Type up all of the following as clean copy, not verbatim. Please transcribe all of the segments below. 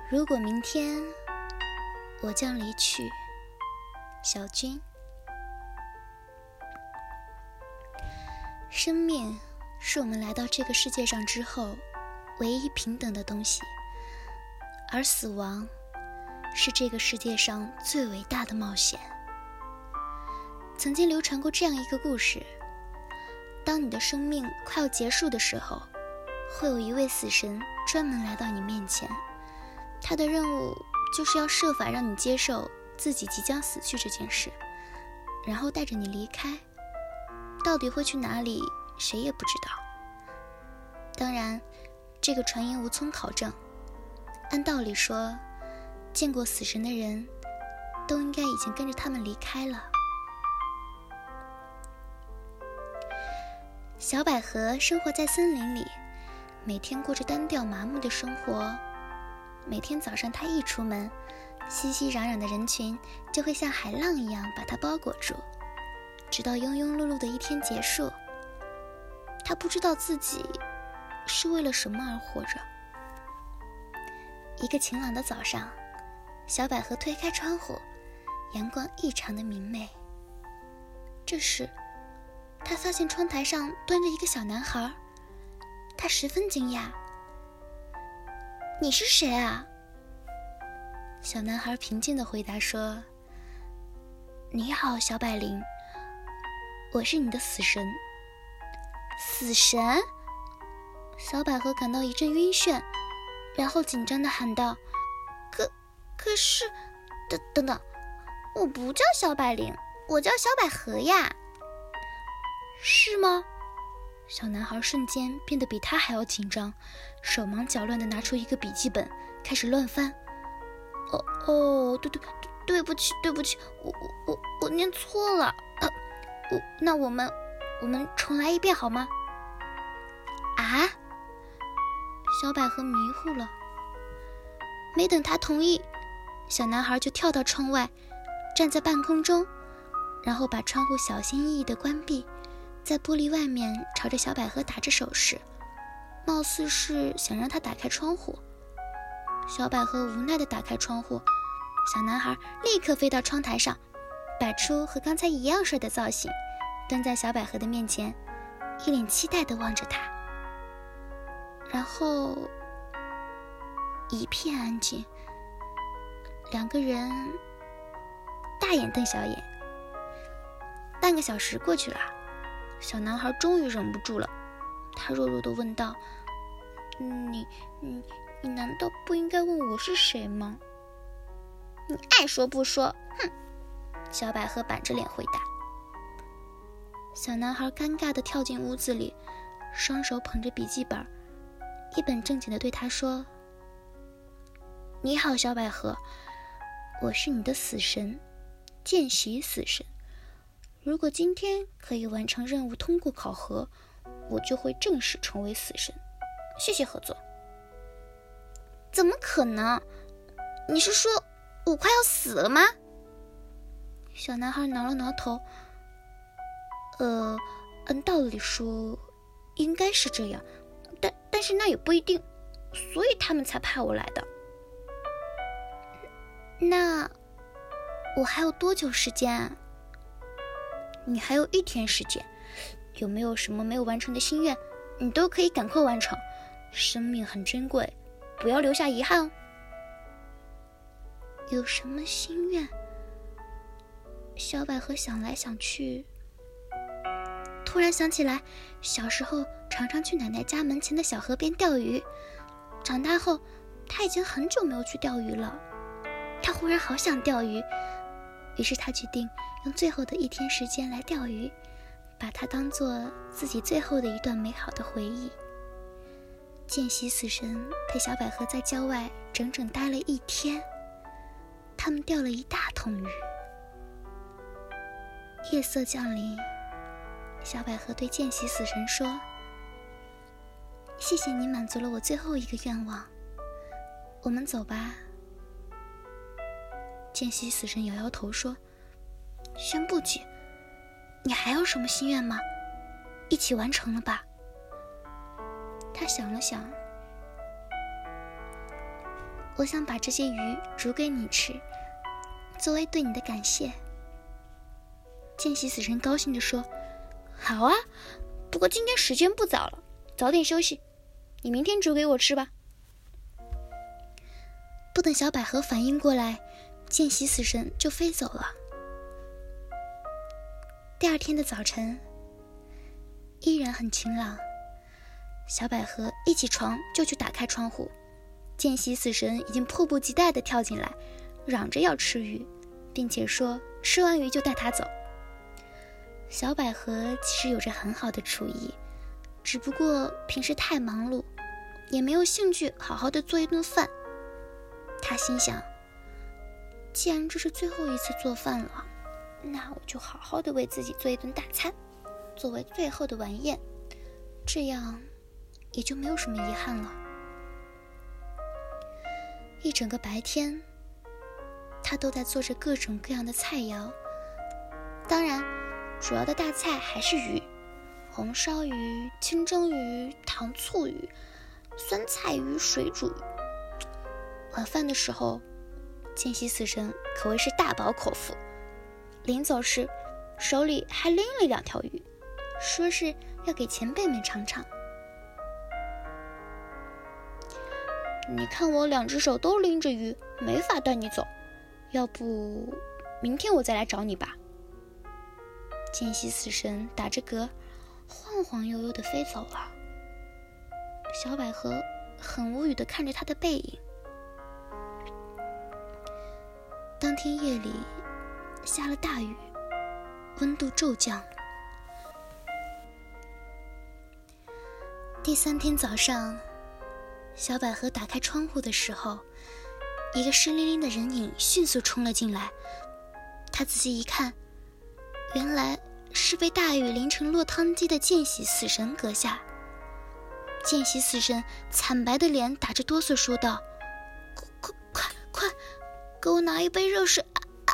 如果明天我将离去，小军。生命是我们来到这个世界上之后唯一平等的东西，而死亡是这个世界上最伟大的冒险。曾经流传过这样一个故事，当你的生命快要结束的时候，会有一位死神专门来到你面前，他的任务就是要设法让你接受自己即将死去这件事，然后带着你离开。到底会去哪里，谁也不知道。当然，这个传言无从考证。按道理说，见过死神的人都应该已经跟着他们离开了。小百合生活在森林里，每天过着单调麻木的生活。每天早上她一出门，熙熙攘攘的人群就会像海浪一样把她包裹住，直到庸庸碌碌的一天结束。她不知道自己是为了什么而活着。一个晴朗的早上，小百合推开窗户，阳光异常的明媚。这时她发现窗台上端着一个小男孩，她十分惊讶。你是谁啊？小男孩平静地回答说，你好，小百灵，我是你的死神。死神？小百合感到一阵晕眩，然后紧张地喊道，可是等等，我不叫小百灵，我叫小百合呀。是吗？小男孩瞬间变得比他还要紧张，手忙脚乱地拿出一个笔记本，开始乱翻。对不起，我念错了。那我们重来一遍好吗？啊？小百合迷糊了。没等他同意，小男孩就跳到窗外，站在半空中，然后把窗户小心翼翼地关闭，在玻璃外面朝着小百合打着手势，貌似是想让她打开窗户。小百合无奈地打开窗户，小男孩立刻飞到窗台上，摆出和刚才一样帅的造型，蹲在小百合的面前，一脸期待地望着她。然后一片安静，两个人大眼瞪小眼。半个小时过去了，小男孩终于忍不住了，他弱弱地问道，你难道不应该问我是谁吗？你爱说不说，哼！小百合板着脸回答。小男孩尴尬地跳进屋子里，双手捧着笔记本，一本正经地对他说，你好，小百合，我是你的死神，见习死神。如果今天可以完成任务通过考核，我就会正式成为死神。谢谢合作。怎么可能？你是说我快要死了吗？小男孩挠了挠头。按道理说应该是这样，但是那也不一定，所以他们才派我来的。那我还有多久时间啊？你还有1天时间，有没有什么没有完成的心愿，你都可以赶快完成。生命很珍贵，不要留下遗憾哦。有什么心愿？小百合想来想去，突然想起来，小时候常常去奶奶家门前的小河边钓鱼。长大后，她已经很久没有去钓鱼了。她忽然好想钓鱼，于是她决定用最后的1天时间来钓鱼，把它当作自己最后的一段美好的回忆。见习死神陪小百合在郊外整整待了1天，他们钓了1大桶鱼。夜色降临，小百合对见习死神说，谢谢你满足了我最后一个愿望，我们走吧。见习死神摇摇头说，先不急，你还有什么心愿吗？一起完成了吧。他想了想， 我想把这些鱼煮给你吃，作为对你的感谢。”见习死神高兴地说：“好啊，不过今天时间不早了，早点休息，你明天煮给我吃吧。”不等小百合反应过来，见习死神就飞走了。第二天的早晨依然很晴朗，小百合一起床就去打开窗户，见习死神已经迫不及待地跳进来，嚷着要吃鱼，并且说吃完鱼就带他走。小百合其实有着很好的厨艺，只不过平时太忙碌，也没有兴趣好好的做一顿饭。他心想，既然这是最后一次做饭了，那我就好好的为自己做一顿大餐，作为最后的晚宴，这样也就没有什么遗憾了。一整个白天，他都在做着各种各样的菜肴，当然主要的大菜还是鱼，红烧鱼、清蒸鱼、糖醋鱼、酸菜鱼、水煮鱼。晚饭的时候，见习死神可谓是大饱口福，临走时手里还拎了2条鱼，说是要给前辈们尝尝。你看我2只手都拎着鱼，没法带你走，要不明天我再来找你吧。见习死神打着嗝，晃晃悠悠地飞走了。小百合很无语地看着他的背影。当天夜里下了大雨，温度骤降。第3天早上，小百合打开窗户的时候，一个湿淋淋的人影迅速冲了进来。他仔细一看，原来是被大雨淋成落汤鸡的见习死神阁下。见习死神惨白的脸打着哆嗦说道：“快，给我拿一杯热水！”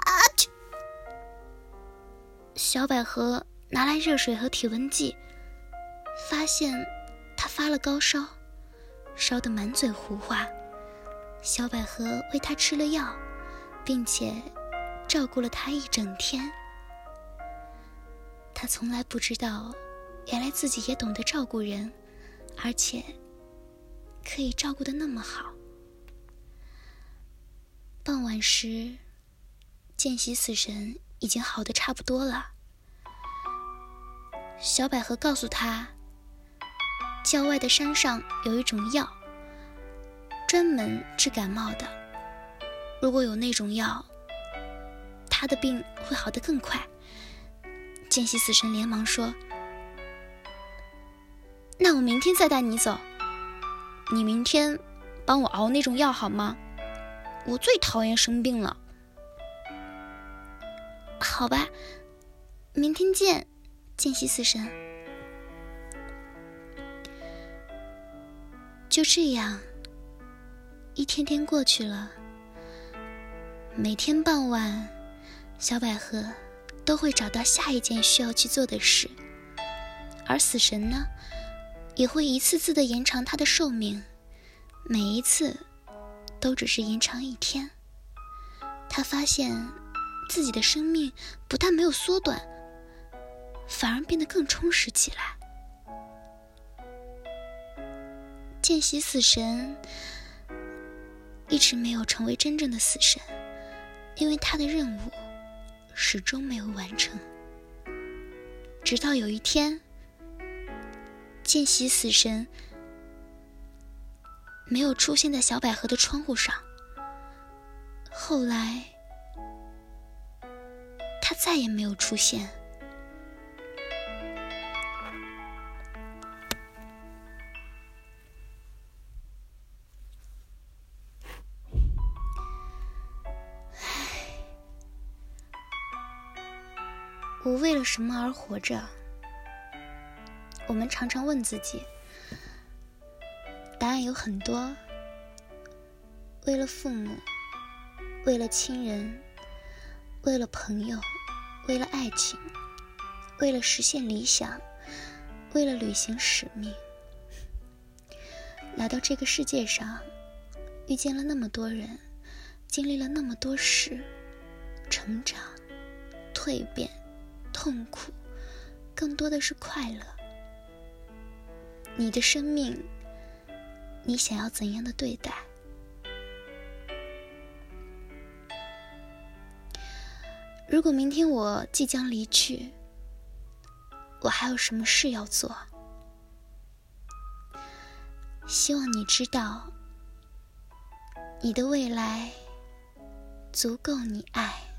小百合拿来热水和体温计，发现他发了高烧，烧得满嘴胡话。小百合为他吃了药，并且照顾了他一整天。他从来不知道，原来自己也懂得照顾人，而且可以照顾得那么好。傍晚时，见习死神已经好得差不多了。小百合告诉他，郊外的山上有一种药，专门治感冒的。如果有那种药，他的病会好得更快。见习死神连忙说：“那我明天再带你走，你明天帮我熬那种药好吗？我最讨厌生病了。”“好吧，明天见，见习死神。”就这样，一天天过去了。每天傍晚，小百合都会找到下一件需要去做的事，而死神呢，也会一次次地延长他的寿命，每一次都只是延长1天。他发现自己的生命不但没有缩短，反而变得更充实起来。见习死神一直没有成为真正的死神，因为他的任务始终没有完成。直到有一天，见习死神没有出现在小百合的窗户上，后来他再也没有出现。我为了什么而活着？我们常常问自己，答案有很多。为了父母，为了亲人，为了朋友，为了爱情，为了实现理想，为了履行使命。来到这个世界上， 遇见了那么多人，经历了那么多事，成长、蜕变、痛苦，更多的是快乐。你的生命，你想要怎样的对待？如果明天我即将离去，我还有什么事要做？希望你知道，你的未来足够你爱。